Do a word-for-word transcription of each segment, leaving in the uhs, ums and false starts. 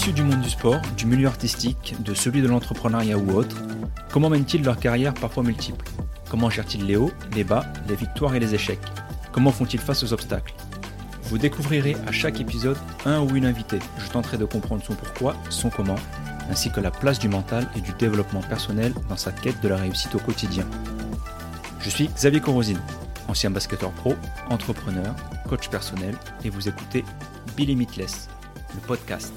Issus du monde du sport, du milieu artistique, de celui de l'entrepreneuriat ou autre, comment mènent-ils leur carrière parfois multiples ? Comment gèrent-ils les hauts, les bas, les victoires et les échecs ? Comment font-ils face aux obstacles ? Vous découvrirez à chaque épisode un ou une invitée. Je tenterai de comprendre son pourquoi, son comment, ainsi que la place du mental et du développement personnel dans sa quête de la réussite au quotidien. Je suis Xavier Corrosine, ancien basketteur pro, entrepreneur, coach personnel, et vous écoutez Be Limitless, le podcast.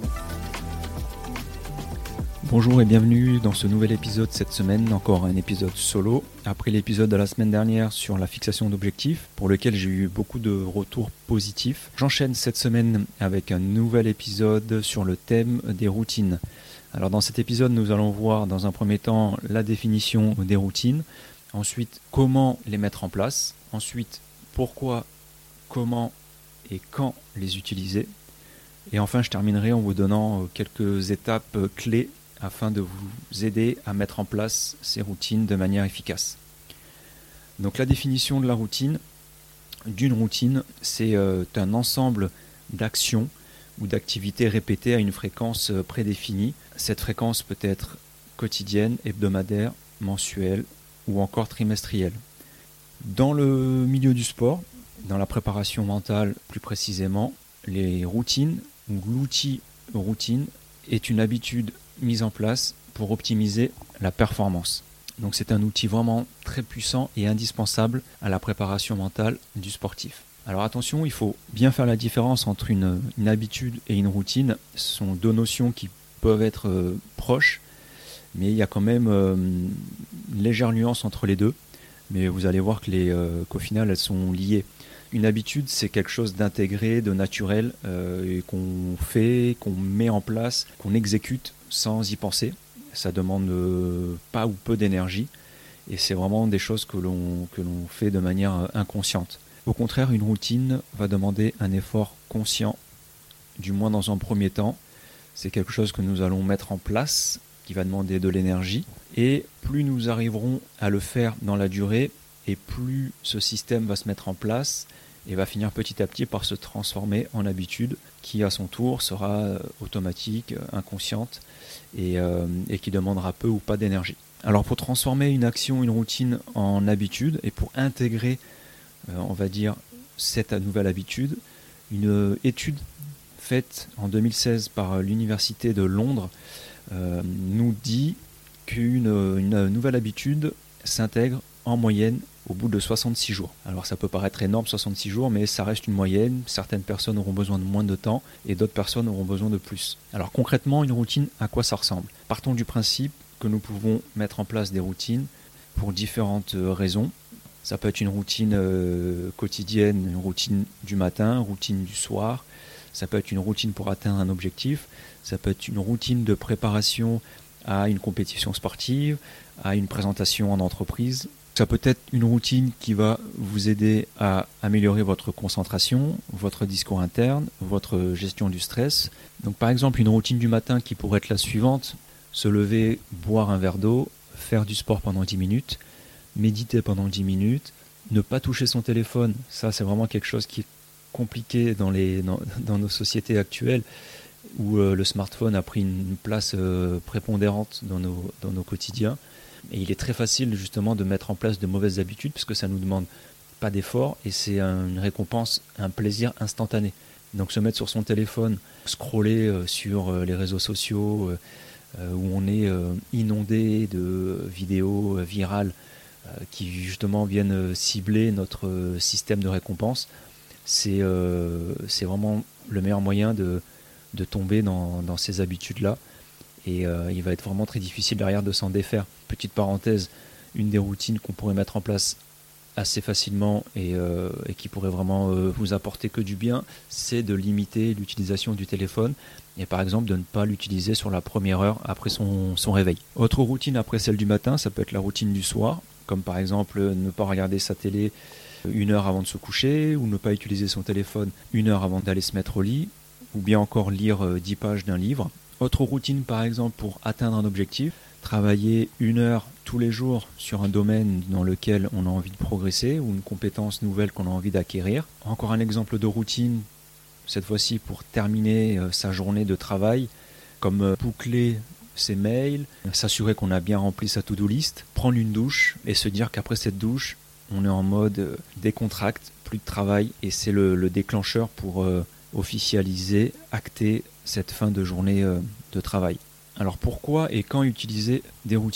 Bonjour et bienvenue dans ce nouvel épisode cette semaine, encore un épisode solo. Après l'épisode de la semaine dernière sur la fixation d'objectifs, pour lequel j'ai eu beaucoup de retours positifs, j'enchaîne cette semaine avec un nouvel épisode sur le thème des routines. Alors dans cet épisode, nous allons voir dans un premier temps la définition des routines, ensuite comment les mettre en place, ensuite pourquoi, comment et quand les utiliser, et enfin je terminerai en vous donnant quelques étapes clés afin de vous aider à mettre en place ces routines de manière efficace. Donc la définition de la routine, d'une routine, c'est euh, un ensemble d'actions ou d'activités répétées à une fréquence prédéfinie. Cette fréquence peut être quotidienne, hebdomadaire, mensuelle ou encore trimestrielle. Dans le milieu du sport, dans la préparation mentale plus précisément, les routines ou l'outil routine est une habitude mise en place pour optimiser la performance. Donc c'est un outil vraiment très puissant et indispensable à la préparation mentale du sportif. Alors attention, il faut bien faire la différence entre une, une habitude et une routine. Ce sont deux notions qui peuvent être euh, proches, mais il y a quand même euh, une légère nuance entre les deux. Mais vous allez voir que les, euh, qu'au final elles sont liées. Une habitude, c'est quelque chose d'intégré, de naturel, euh, et qu'on fait, qu'on met en place, qu'on exécute sans y penser. Ça demande euh, pas ou peu d'énergie, et c'est vraiment des choses que l'on, que l'on fait de manière inconsciente. Au contraire, une routine va demander un effort conscient, du moins dans un premier temps. C'est quelque chose que nous allons mettre en place, qui va demander de l'énergie, et plus nous arriverons à le faire dans la durée, et plus ce système va se mettre en place et va finir petit à petit par se transformer en habitude qui à son tour sera automatique, inconsciente et, euh, et qui demandera peu ou pas d'énergie. Alors pour transformer une action, une routine en habitude et pour intégrer, euh, on va dire, cette nouvelle habitude, une étude faite en deux mille seize par l'Université de Londres euh, nous dit qu'une une nouvelle habitude s'intègre en moyenne au bout de soixante-six jours. Alors ça peut paraître énorme, soixante-six jours, mais ça reste une moyenne. Certaines personnes auront besoin de moins de temps et d'autres personnes auront besoin de plus. Alors concrètement, une routine, à quoi ça ressemble ? Partons du principe que nous pouvons mettre en place des routines pour différentes raisons. Ça peut être une routine euh, quotidienne, une routine du matin, une routine du soir. Ça peut être une routine pour atteindre un objectif. Ça peut être une routine de préparation à une compétition sportive, à une présentation en entreprise. Ça peut être une routine qui va vous aider à améliorer votre concentration, votre discours interne, votre gestion du stress. Donc par exemple, une routine du matin qui pourrait être la suivante: se lever, boire un verre d'eau, faire du sport pendant dix minutes, méditer pendant dix minutes, ne pas toucher son téléphone. Ça, c'est vraiment quelque chose qui est compliqué dans, les, dans, dans nos sociétés actuelles où euh, le smartphone a pris une place euh, prépondérante dans nos, dans nos quotidiens. Et il est très facile justement de mettre en place de mauvaises habitudes parce que ça ne nous demande pas d'effort et c'est un, une récompense, un plaisir instantané. Donc se mettre sur son téléphone, scroller euh, sur euh, les réseaux sociaux euh, où on est euh, inondé de vidéos euh, virales euh, qui justement viennent cibler notre euh, système de récompense, c'est, euh, c'est vraiment le meilleur moyen de, de tomber dans, dans ces habitudes-là. Et euh, il va être vraiment très difficile derrière de s'en défaire. Petite parenthèse, une des routines qu'on pourrait mettre en place assez facilement et, euh, et qui pourrait vraiment euh, vous apporter que du bien, c'est de limiter l'utilisation du téléphone et par exemple de ne pas l'utiliser sur la première heure après son, son réveil. Autre routine après celle du matin, ça peut être la routine du soir, comme par exemple ne pas regarder sa télé une heure avant de se coucher ou ne pas utiliser son téléphone une heure avant d'aller se mettre au lit ou bien encore lire euh, dix pages d'un livre. Autre routine par exemple pour atteindre un objectif, travailler une heure tous les jours sur un domaine dans lequel on a envie de progresser ou une compétence nouvelle qu'on a envie d'acquérir. Encore un exemple de routine, cette fois-ci pour terminer euh, sa journée de travail, comme euh, boucler ses mails, s'assurer qu'on a bien rempli sa to-do list, prendre une douche et se dire qu'après cette douche, on est en mode euh, décontracte, plus de travail, et c'est le, le déclencheur pour euh, officialiser, acter cette fin de journée euh, de travail. Alors pourquoi et quand utiliser des routines ?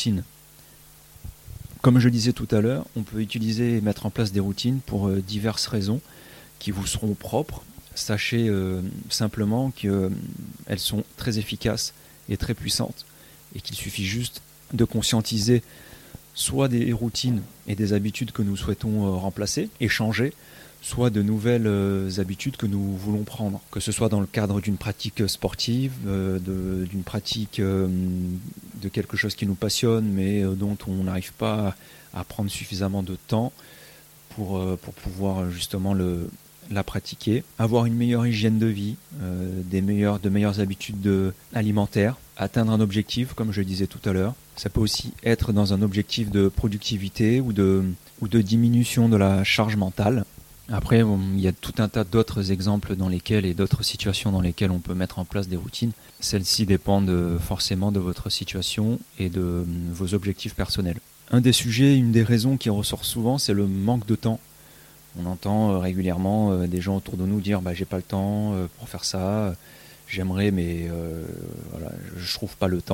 Comme je le disais tout à l'heure, on peut utiliser et mettre en place des routines pour euh, diverses raisons qui vous seront propres. Sachez euh, simplement qu'elles euh, sont très efficaces et très puissantes et qu'il suffit juste de conscientiser soit des routines et des habitudes que nous souhaitons euh, remplacer et changer, soit de nouvelles euh, habitudes que nous voulons prendre, que ce soit dans le cadre d'une pratique sportive, euh, de, d'une pratique euh, de quelque chose qui nous passionne mais euh, dont on n'arrive pas à prendre suffisamment de temps pour, euh, pour pouvoir justement le, la pratiquer. Avoir une meilleure hygiène de vie, euh, des meilleures, de meilleures habitudes de, alimentaires, atteindre un objectif, comme je le disais tout à l'heure. Ça peut aussi être dans un objectif de productivité ou de, ou de diminution de la charge mentale. Après, il y a tout un tas d'autres exemples dans lesquels et d'autres situations dans lesquelles on peut mettre en place des routines. Celles-ci dépendent forcément de votre situation et de vos objectifs personnels. Un des sujets, une des raisons qui ressort souvent, c'est le manque de temps. On entend régulièrement des gens autour de nous dire bah, « j'ai pas le temps pour faire ça, j'aimerais mais euh, voilà, je trouve pas le temps ».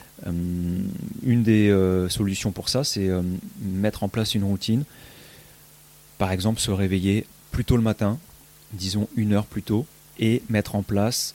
Une des euh, solutions pour ça, c'est euh, mettre en place une routine. Par exemple, se réveiller plus tôt le matin, disons une heure plus tôt, et mettre en place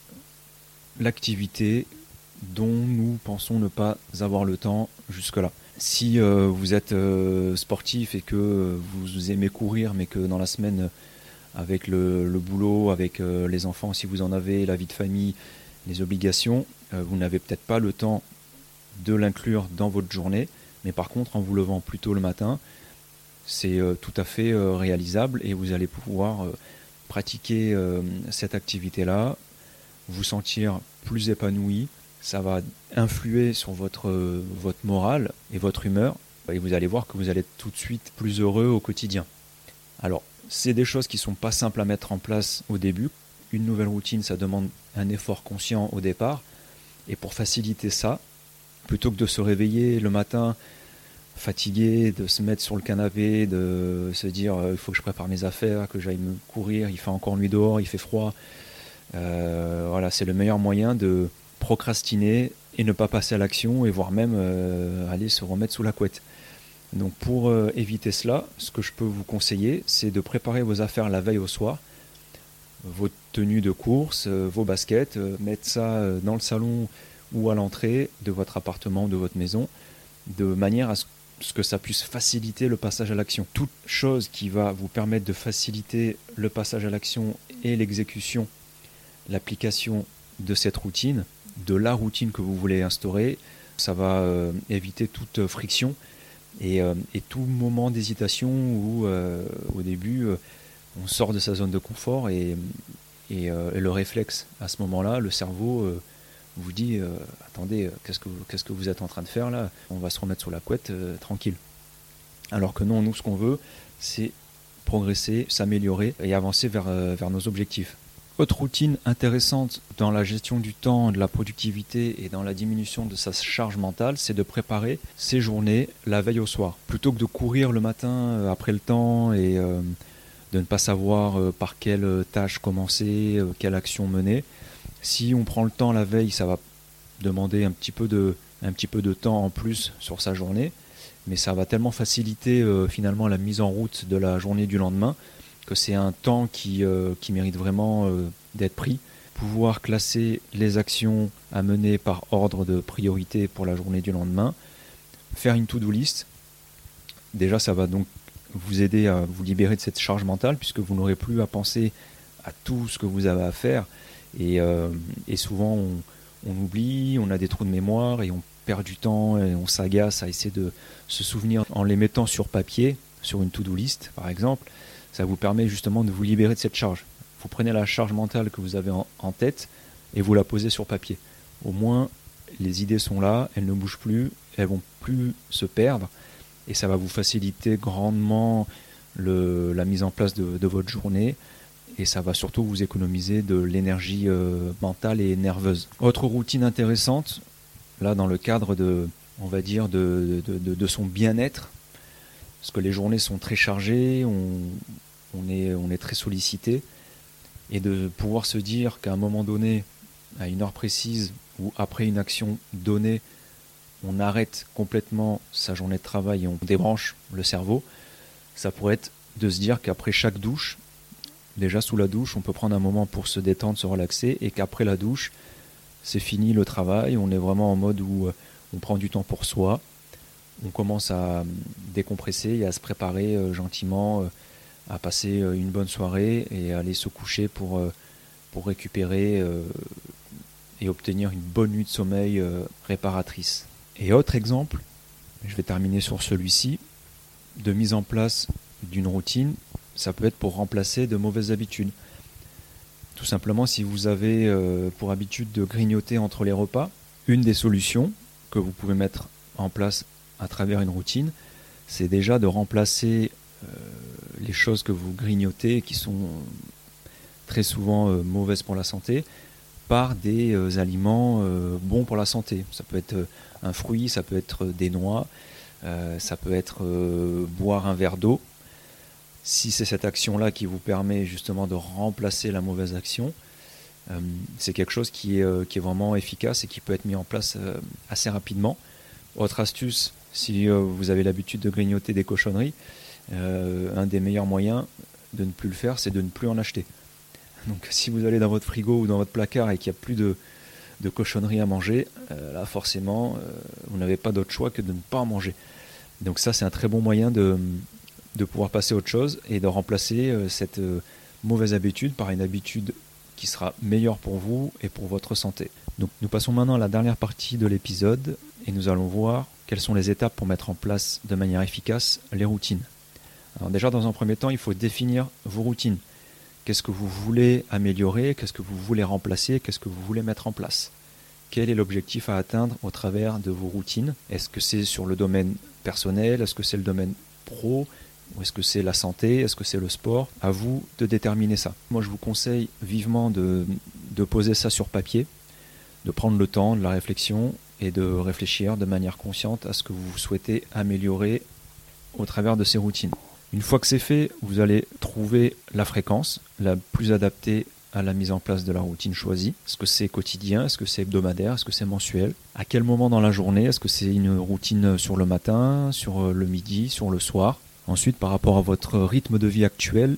l'activité dont nous pensons ne pas avoir le temps jusque-là. Si euh, vous êtes euh, sportif et que vous aimez courir, mais que dans la semaine, avec le, le boulot, avec euh, les enfants, si vous en avez, la vie de famille, les obligations, euh, vous n'avez peut-être pas le temps de l'inclure dans votre journée, mais par contre, en vous levant plus tôt le matin, c'est euh, tout à fait euh, réalisable et vous allez pouvoir euh, pratiquer euh, cette activité-là, vous sentir plus épanoui, ça va influer sur votre, euh, votre morale et votre humeur et vous allez voir que vous allez être tout de suite plus heureux au quotidien. Alors, c'est des choses qui ne sont pas simples à mettre en place au début. Une nouvelle routine, ça demande un effort conscient au départ et pour faciliter ça, plutôt que de se réveiller le matin fatigué, de se mettre sur le canapé, de se dire il euh, faut que je prépare mes affaires, que j'aille me courir, il fait encore nuit dehors, il fait froid. Euh, voilà, c'est le meilleur moyen de procrastiner et ne pas passer à l'action et voire même euh, aller se remettre sous la couette. Donc pour euh, éviter cela, ce que je peux vous conseiller, c'est de préparer vos affaires la veille au soir, vos tenues de course, euh, vos baskets, euh, mettre ça euh, dans le salon ou à l'entrée de votre appartement ou de votre maison, de manière à ce ce que ça puisse faciliter le passage à l'action. Toute chose qui va vous permettre de faciliter le passage à l'action et l'exécution, l'application de cette routine, de la routine que vous voulez instaurer, ça va euh, éviter toute friction et, euh, et tout moment d'hésitation où euh, au début euh, on sort de sa zone de confort et, et, euh, et le réflexe à ce moment-là, le cerveau euh, vous dit euh, attendez, qu'est-ce que, vous, qu'est-ce que vous êtes en train de faire là ? On va se remettre sur la couette euh, tranquille. Alors que non, nous ce qu'on veut, c'est progresser, s'améliorer et avancer vers, euh, vers nos objectifs. Autre routine intéressante dans la gestion du temps, de la productivité et dans la diminution de sa charge mentale, c'est de préparer ses journées la veille au soir. Plutôt que de courir le matin euh, après le temps et euh, de ne pas savoir euh, par quelle tâche commencer, euh, quelle action mener, si on prend le temps la veille, ça va demander un petit peu de, un petit peu de temps en plus sur sa journée, mais ça va tellement faciliter euh, finalement la mise en route de la journée du lendemain que c'est un temps qui, euh, qui mérite vraiment euh, d'être pris. Pouvoir classer les actions à mener par ordre de priorité pour la journée du lendemain, faire une to-do list. Déjà, ça va donc vous aider à vous libérer de cette charge mentale puisque vous n'aurez plus à penser à tout ce que vous avez à faire. Et, euh, et souvent on, on oublie, on a des trous de mémoire et on perd du temps et on s'agace à essayer de se souvenir en les mettant sur papier, sur une to-do list par exemple. Ça vous permet justement de vous libérer de cette charge. Vous prenez la charge mentale que vous avez en, en tête et vous la posez sur papier. Au moins les idées sont là, elles ne bougent plus, elles vont plus se perdre et ça va vous faciliter grandement le, la mise en place de, de votre journée et ça va surtout vous économiser de l'énergie euh, mentale et nerveuse. Autre routine intéressante, là dans le cadre de, on va dire, de, de, de, de son bien-être, parce que les journées sont très chargées, on, on, est, on est très sollicité, et de pouvoir se dire qu'à un moment donné, à une heure précise ou après une action donnée, on arrête complètement sa journée de travail et on débranche le cerveau, ça pourrait être de se dire qu'après chaque douche, déjà sous la douche, on peut prendre un moment pour se détendre, se relaxer, et qu'après la douche, c'est fini le travail, on est vraiment en mode où on prend du temps pour soi, on commence à décompresser et à se préparer euh, gentiment euh, à passer euh, une bonne soirée et à aller se coucher pour, euh, pour récupérer euh, et obtenir une bonne nuit de sommeil euh, réparatrice. Et autre exemple, je vais terminer sur celui-ci, de mise en place d'une routine, ça peut être pour remplacer de mauvaises habitudes. Tout simplement, si vous avez euh, pour habitude de grignoter entre les repas, une des solutions que vous pouvez mettre en place à travers une routine, c'est déjà de remplacer euh, les choses que vous grignotez, qui sont très souvent euh, mauvaises pour la santé, par des euh, aliments euh, bons pour la santé. Ça peut être un fruit, ça peut être des noix, euh, ça peut être euh, boire un verre d'eau. Si c'est cette action-là qui vous permet justement de remplacer la mauvaise action, euh, c'est quelque chose qui est, euh, qui est vraiment efficace et qui peut être mis en place euh, assez rapidement. Autre astuce, si euh, vous avez l'habitude de grignoter des cochonneries, euh, un des meilleurs moyens de ne plus le faire, c'est de ne plus en acheter. Donc si vous allez dans votre frigo ou dans votre placard et qu'il n'y a plus de, de cochonneries à manger, euh, là forcément, euh, vous n'avez pas d'autre choix que de ne pas en manger. Donc ça, c'est un très bon moyen de... de pouvoir passer à autre chose et de remplacer euh, cette euh, mauvaise habitude par une habitude qui sera meilleure pour vous et pour votre santé. Donc nous passons maintenant à la dernière partie de l'épisode et nous allons voir quelles sont les étapes pour mettre en place de manière efficace les routines. Alors déjà, dans un premier temps, il faut définir vos routines. Qu'est-ce que vous voulez améliorer? Qu'est-ce que vous voulez remplacer? Qu'est-ce que vous voulez mettre en place? Quel est l'objectif à atteindre au travers de vos routines? Est-ce que c'est sur le domaine personnel? Est-ce que c'est le domaine pro? Ou est-ce que c'est la santé? Est-ce que c'est le sport? À vous de déterminer ça. Moi, je vous conseille vivement de, de poser ça sur papier, de prendre le temps, de la réflexion et de réfléchir de manière consciente à ce que vous souhaitez améliorer au travers de ces routines. Une fois que c'est fait, vous allez trouver la fréquence la plus adaptée à la mise en place de la routine choisie. Est-ce que c'est quotidien? Est-ce que c'est hebdomadaire? Est-ce que c'est mensuel? À quel moment dans la journée? Est-ce que c'est une routine sur le matin, sur le midi, sur le soir? Ensuite, par rapport à votre rythme de vie actuel,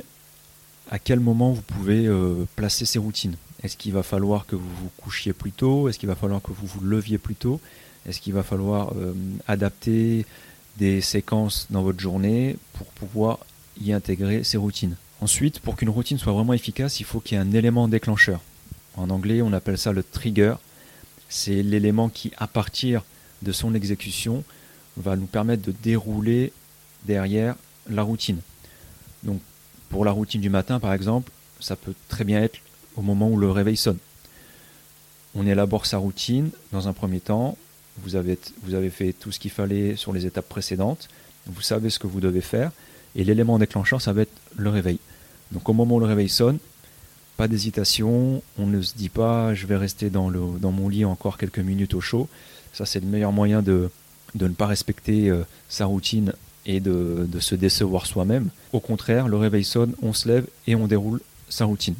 à quel moment vous pouvez euh, placer ces routines? Est-ce qu'il va falloir que vous vous couchiez plus tôt? Est-ce qu'il va falloir que vous vous leviez plus tôt? Est-ce qu'il va falloir euh, adapter des séquences dans votre journée pour pouvoir y intégrer ces routines? Ensuite, pour qu'une routine soit vraiment efficace, il faut qu'il y ait un élément déclencheur. En anglais, on appelle ça le trigger. C'est l'élément qui, à partir de son exécution, va nous permettre de dérouler derrière la routine. Donc pour la routine du matin par exemple, ça peut très bien être au moment où le réveil sonne. On élabore sa routine dans un premier temps, vous avez, vous avez fait tout ce qu'il fallait sur les étapes précédentes, vous savez ce que vous devez faire, et l'élément déclencheur, ça va être le réveil. Donc au moment où le réveil sonne, pas d'hésitation, on ne se dit pas je vais rester dans, le, dans mon lit encore quelques minutes au chaud. Ça, c'est le meilleur moyen de, de ne pas respecter euh, sa routine et de, de se décevoir soi-même. Au contraire, le réveil sonne, on se lève et on déroule sa routine.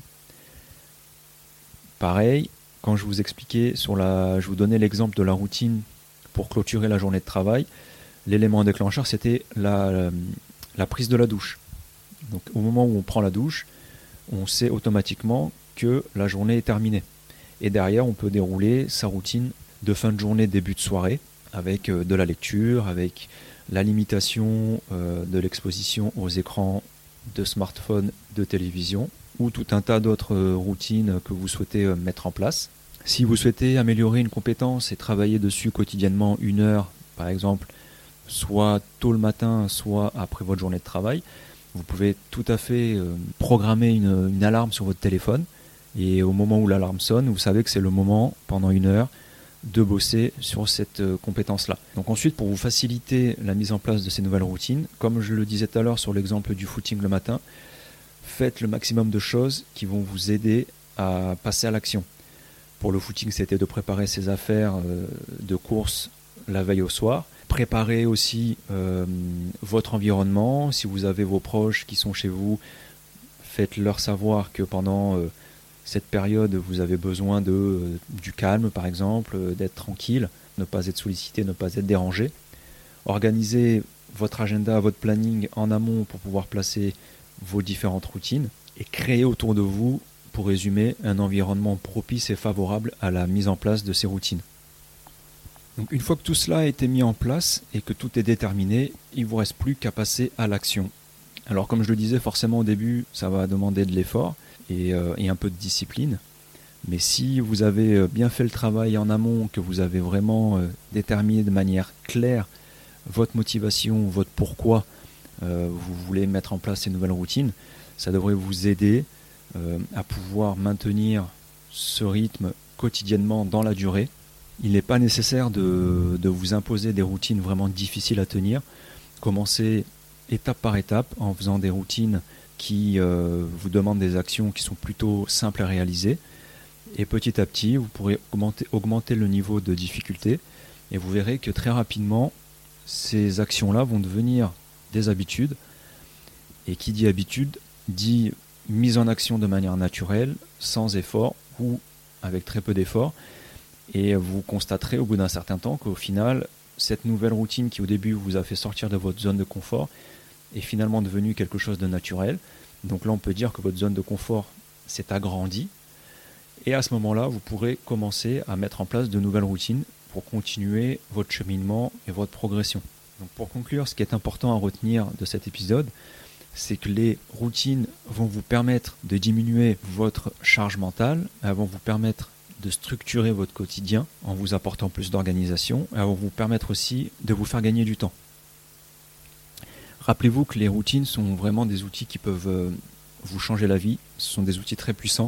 Pareil, quand je vous expliquais sur la, je vous donnais l'exemple de la routine pour clôturer la journée de travail, l'élément déclencheur, c'était la, la, la prise de la douche. Donc au moment où on prend la douche, on sait automatiquement que la journée est terminée. Et derrière, on peut dérouler sa routine de fin de journée, début de soirée, avec de la lecture, avec la limitation euh, de l'exposition aux écrans de smartphone, de télévision, ou tout un tas d'autres euh, routines que vous souhaitez euh, mettre en place. Si vous souhaitez améliorer une compétence et travailler dessus quotidiennement une heure, par exemple, soit tôt le matin, soit après votre journée de travail, vous pouvez tout à fait euh, programmer une, une alarme sur votre téléphone, et au moment où l'alarme sonne, vous savez que c'est le moment, pendant une heure, de bosser sur cette euh, compétence-là. Donc ensuite, pour vous faciliter la mise en place de ces nouvelles routines, comme je le disais tout à l'heure sur l'exemple du footing le matin, faites le maximum de choses qui vont vous aider à passer à l'action. Pour le footing, c'était de préparer ses affaires euh, de course la veille au soir. Préparez aussi euh, votre environnement. Si vous avez vos proches qui sont chez vous, faites-leur savoir que pendant euh, cette période, vous avez besoin de, euh, du calme, par exemple, euh, d'être tranquille, ne pas être sollicité, ne pas être dérangé. Organisez votre agenda, votre planning en amont pour pouvoir placer vos différentes routines et créer autour de vous, pour résumer, un environnement propice et favorable à la mise en place de ces routines. Donc une fois que tout cela a été mis en place et que tout est déterminé, il ne vous reste plus qu'à passer à l'action. Alors comme je le disais, forcément au début, ça va demander de l'effort et, euh, et un peu de discipline. Mais si vous avez bien fait le travail en amont, que vous avez vraiment euh, déterminé de manière claire votre motivation, votre pourquoi euh, vous voulez mettre en place ces nouvelles routines, ça devrait vous aider euh, à pouvoir maintenir ce rythme quotidiennement dans la durée. Il n'est pas nécessaire de, de vous imposer des routines vraiment difficiles à tenir. Commencez étape par étape en faisant des routines qui euh, vous demandent des actions qui sont plutôt simples à réaliser. Et petit à petit, vous pourrez augmenter, augmenter le niveau de difficulté et vous verrez que très rapidement, ces actions-là vont devenir des habitudes. Et qui dit habitude dit mise en action de manière naturelle, sans effort ou avec très peu d'effort. Et vous constaterez au bout d'un certain temps qu'au final, cette nouvelle routine qui au début vous a fait sortir de votre zone de confort est finalement devenue quelque chose de naturel. Donc là, on peut dire que votre zone de confort s'est agrandie. Et à ce moment-là, vous pourrez commencer à mettre en place de nouvelles routines pour continuer votre cheminement et votre progression. Donc pour conclure, ce qui est important à retenir de cet épisode, c'est que les routines vont vous permettre de diminuer votre charge mentale, elles vont vous permettre de structurer votre quotidien en vous apportant plus d'organisation, elles vont vous permettre aussi de vous faire gagner du temps. Rappelez-vous que les routines sont vraiment des outils qui peuvent vous changer la vie, ce sont des outils très puissants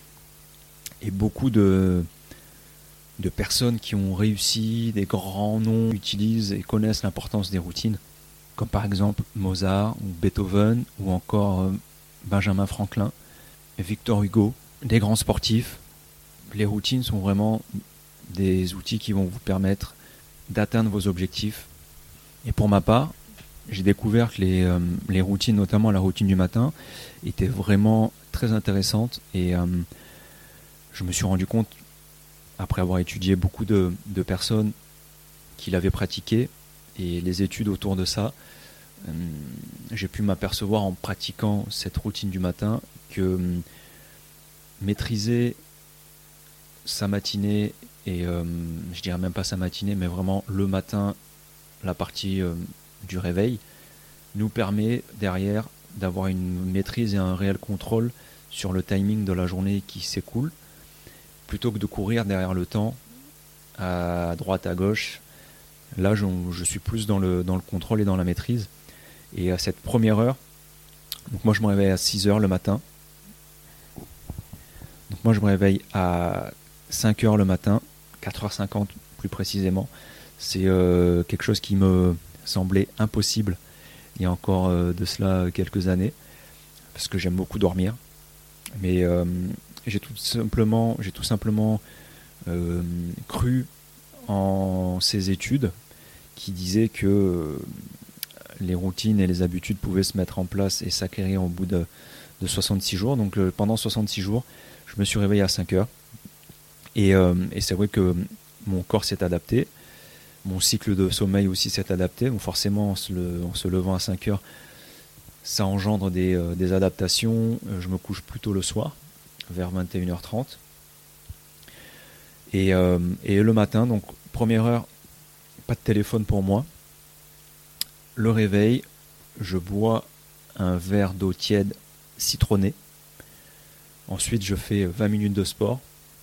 et beaucoup de, de personnes qui ont réussi, des grands noms, utilisent et connaissent l'importance des routines, comme par exemple Mozart ou Beethoven ou encore Benjamin Franklin, Victor Hugo, des grands sportifs. Les routines sont vraiment des outils qui vont vous permettre d'atteindre vos objectifs. Et pour ma part, j'ai découvert que les, euh, les routines, notamment la routine du matin, étaient vraiment très intéressantes et euh, je me suis rendu compte, après avoir étudié beaucoup de, de personnes qui l'avaient pratiqué et les études autour de ça, euh, j'ai pu m'apercevoir en pratiquant cette routine du matin que euh, maîtriser sa matinée, et euh, je dirais même pas sa matinée, mais vraiment le matin, la partie euh, du réveil, nous permet derrière d'avoir une maîtrise et un réel contrôle sur le timing de la journée qui s'écoule, plutôt que de courir derrière le temps, à droite, à gauche. Là, je, je suis plus dans le, dans le contrôle et dans la maîtrise. Et à cette première heure, donc moi je me réveille à six heures le matin. Donc moi je me réveille à cinq heures le matin, quatre heures cinquante plus précisément. C'est euh, quelque chose qui me semblait impossible il y a encore euh, de cela quelques années, parce que j'aime beaucoup dormir. Mais euh, j'ai tout simplement, j'ai tout simplement euh, cru en ces études qui disaient que euh, les routines et les habitudes pouvaient se mettre en place et s'acquérir au bout de, de soixante-six jours. Donc euh, pendant soixante-six jours, je me suis réveillé à cinq heures. Et, euh, et c'est vrai que mon corps s'est adapté. Mon cycle de sommeil aussi s'est adapté. Donc forcément, en se, le, en se levant à cinq heures, ça engendre des, euh, des adaptations. Je me couche plutôt le soir, vers vingt et une heures trente. Et, euh, et le matin, donc première heure, pas de téléphone pour moi. Le réveil, je bois un verre d'eau tiède citronnée. Ensuite, je fais vingt minutes de sport.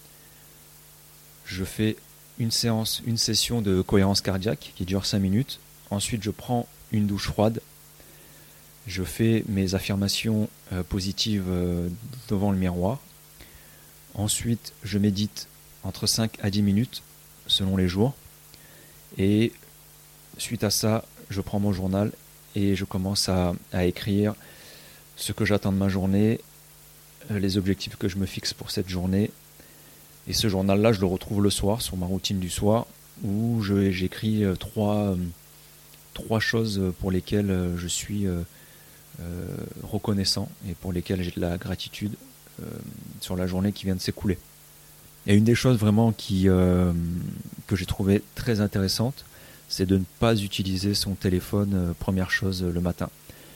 Je fais une séance, une session de cohérence cardiaque qui dure cinq minutes. Ensuite, je prends une douche froide. Je fais mes affirmations euh, positives euh, devant le miroir. Ensuite, je médite entre cinq à dix minutes selon les jours. Et suite à ça, je prends mon journal et je commence à, à écrire ce que j'attends de ma journée, les objectifs que je me fixe pour cette journée. Et ce journal-là, je le retrouve le soir, sur ma routine du soir, où je, j'écris trois, trois choses pour lesquelles je suis euh, euh, reconnaissant et pour lesquelles j'ai de la gratitude euh, sur la journée qui vient de s'écouler. Et une des choses vraiment qui, euh, que j'ai trouvé très intéressante, c'est de ne pas utiliser son téléphone euh, première chose euh, le matin.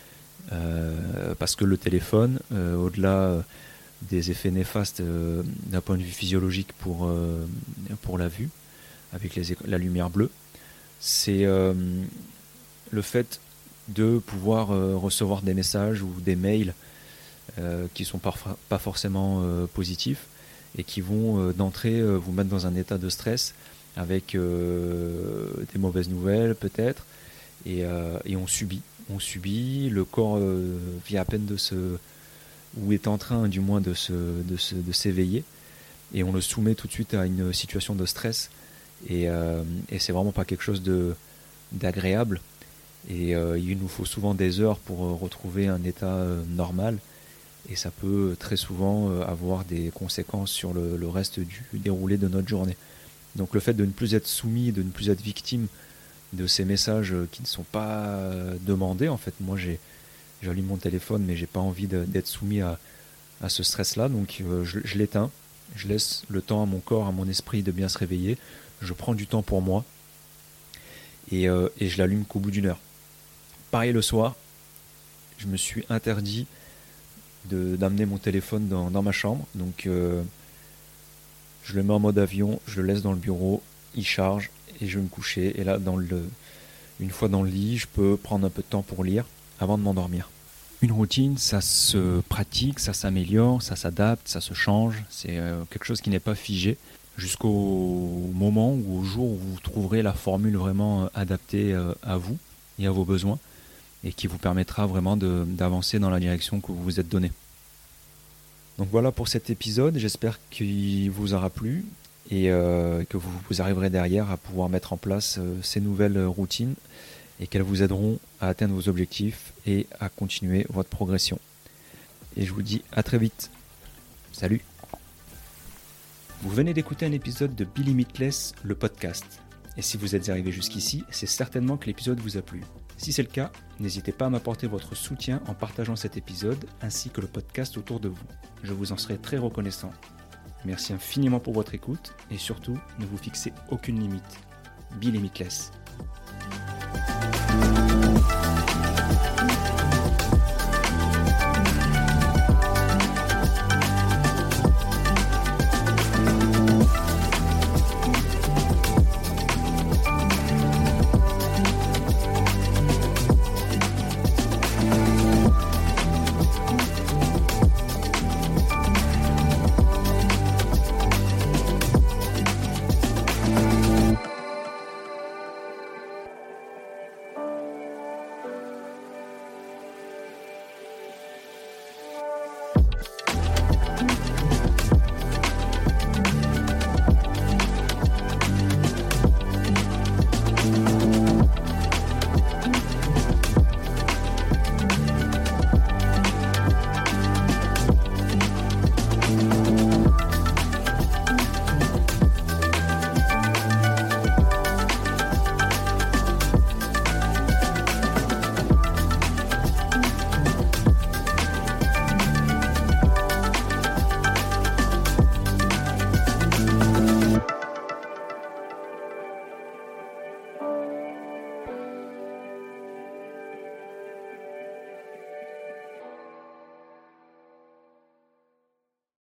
Euh, parce que le téléphone, euh, au-delà des effets néfastes euh, d'un point de vue physiologique pour, euh, pour la vue, avec les, la lumière bleue, c'est euh, le fait de pouvoir euh, recevoir des messages ou des mails euh, qui ne sont pas, pas forcément euh, positifs et qui vont euh, d'entrée euh, vous mettre dans un état de stress avec euh, des mauvaises nouvelles peut-être, et, euh, et on subit. On subit, le corps euh, vient à peine de se... ou est en train du moins de, se, de, se, de s'éveiller, et on le soumet tout de suite à une situation de stress, et, euh, et c'est vraiment pas quelque chose de, d'agréable, et euh, il nous faut souvent des heures pour retrouver un état euh, normal, et ça peut très souvent euh, avoir des conséquences sur le, le reste du déroulé de notre journée. Donc le fait de ne plus être soumis, de ne plus être victime de ces messages qui ne sont pas demandés, en fait, moi j'ai j'allume mon téléphone mais j'ai pas envie de, d'être soumis à, à ce stress là, donc euh, je, je l'éteins, je laisse le temps à mon corps, à mon esprit de bien se réveiller, je prends du temps pour moi, et, euh, et je l'allume qu'au bout d'une heure. Pareil le soir, je me suis interdit de, d'amener mon téléphone dans, dans ma chambre, donc euh, je le mets en mode avion, je le laisse dans le bureau, il charge et je vais me coucher, et là dans le, une fois dans le lit, je peux prendre un peu de temps pour lire avant de m'endormir. Une routine, ça se pratique, ça s'améliore, ça s'adapte, ça se change. C'est euh, quelque chose qui n'est pas figé jusqu'au moment ou au jour où vous trouverez la formule vraiment adaptée euh, à vous et à vos besoins, et qui vous permettra vraiment de, d'avancer dans la direction que vous vous êtes donnée. Donc voilà pour cet épisode, j'espère qu'il vous aura plu, et euh, que vous, vous arriverez derrière à pouvoir mettre en place euh, ces nouvelles routines, et qu'elles vous aideront à atteindre vos objectifs et à continuer votre progression. Et je vous dis à très vite. Salut. Vous venez d'écouter un épisode de Be Limitless, le podcast. Et si vous êtes arrivé jusqu'ici, c'est certainement que l'épisode vous a plu. Si c'est le cas, n'hésitez pas à m'apporter votre soutien en partageant cet épisode ainsi que le podcast autour de vous. Je vous en serai très reconnaissant. Merci infiniment pour votre écoute, et surtout, ne vous fixez aucune limite. Be Limitless.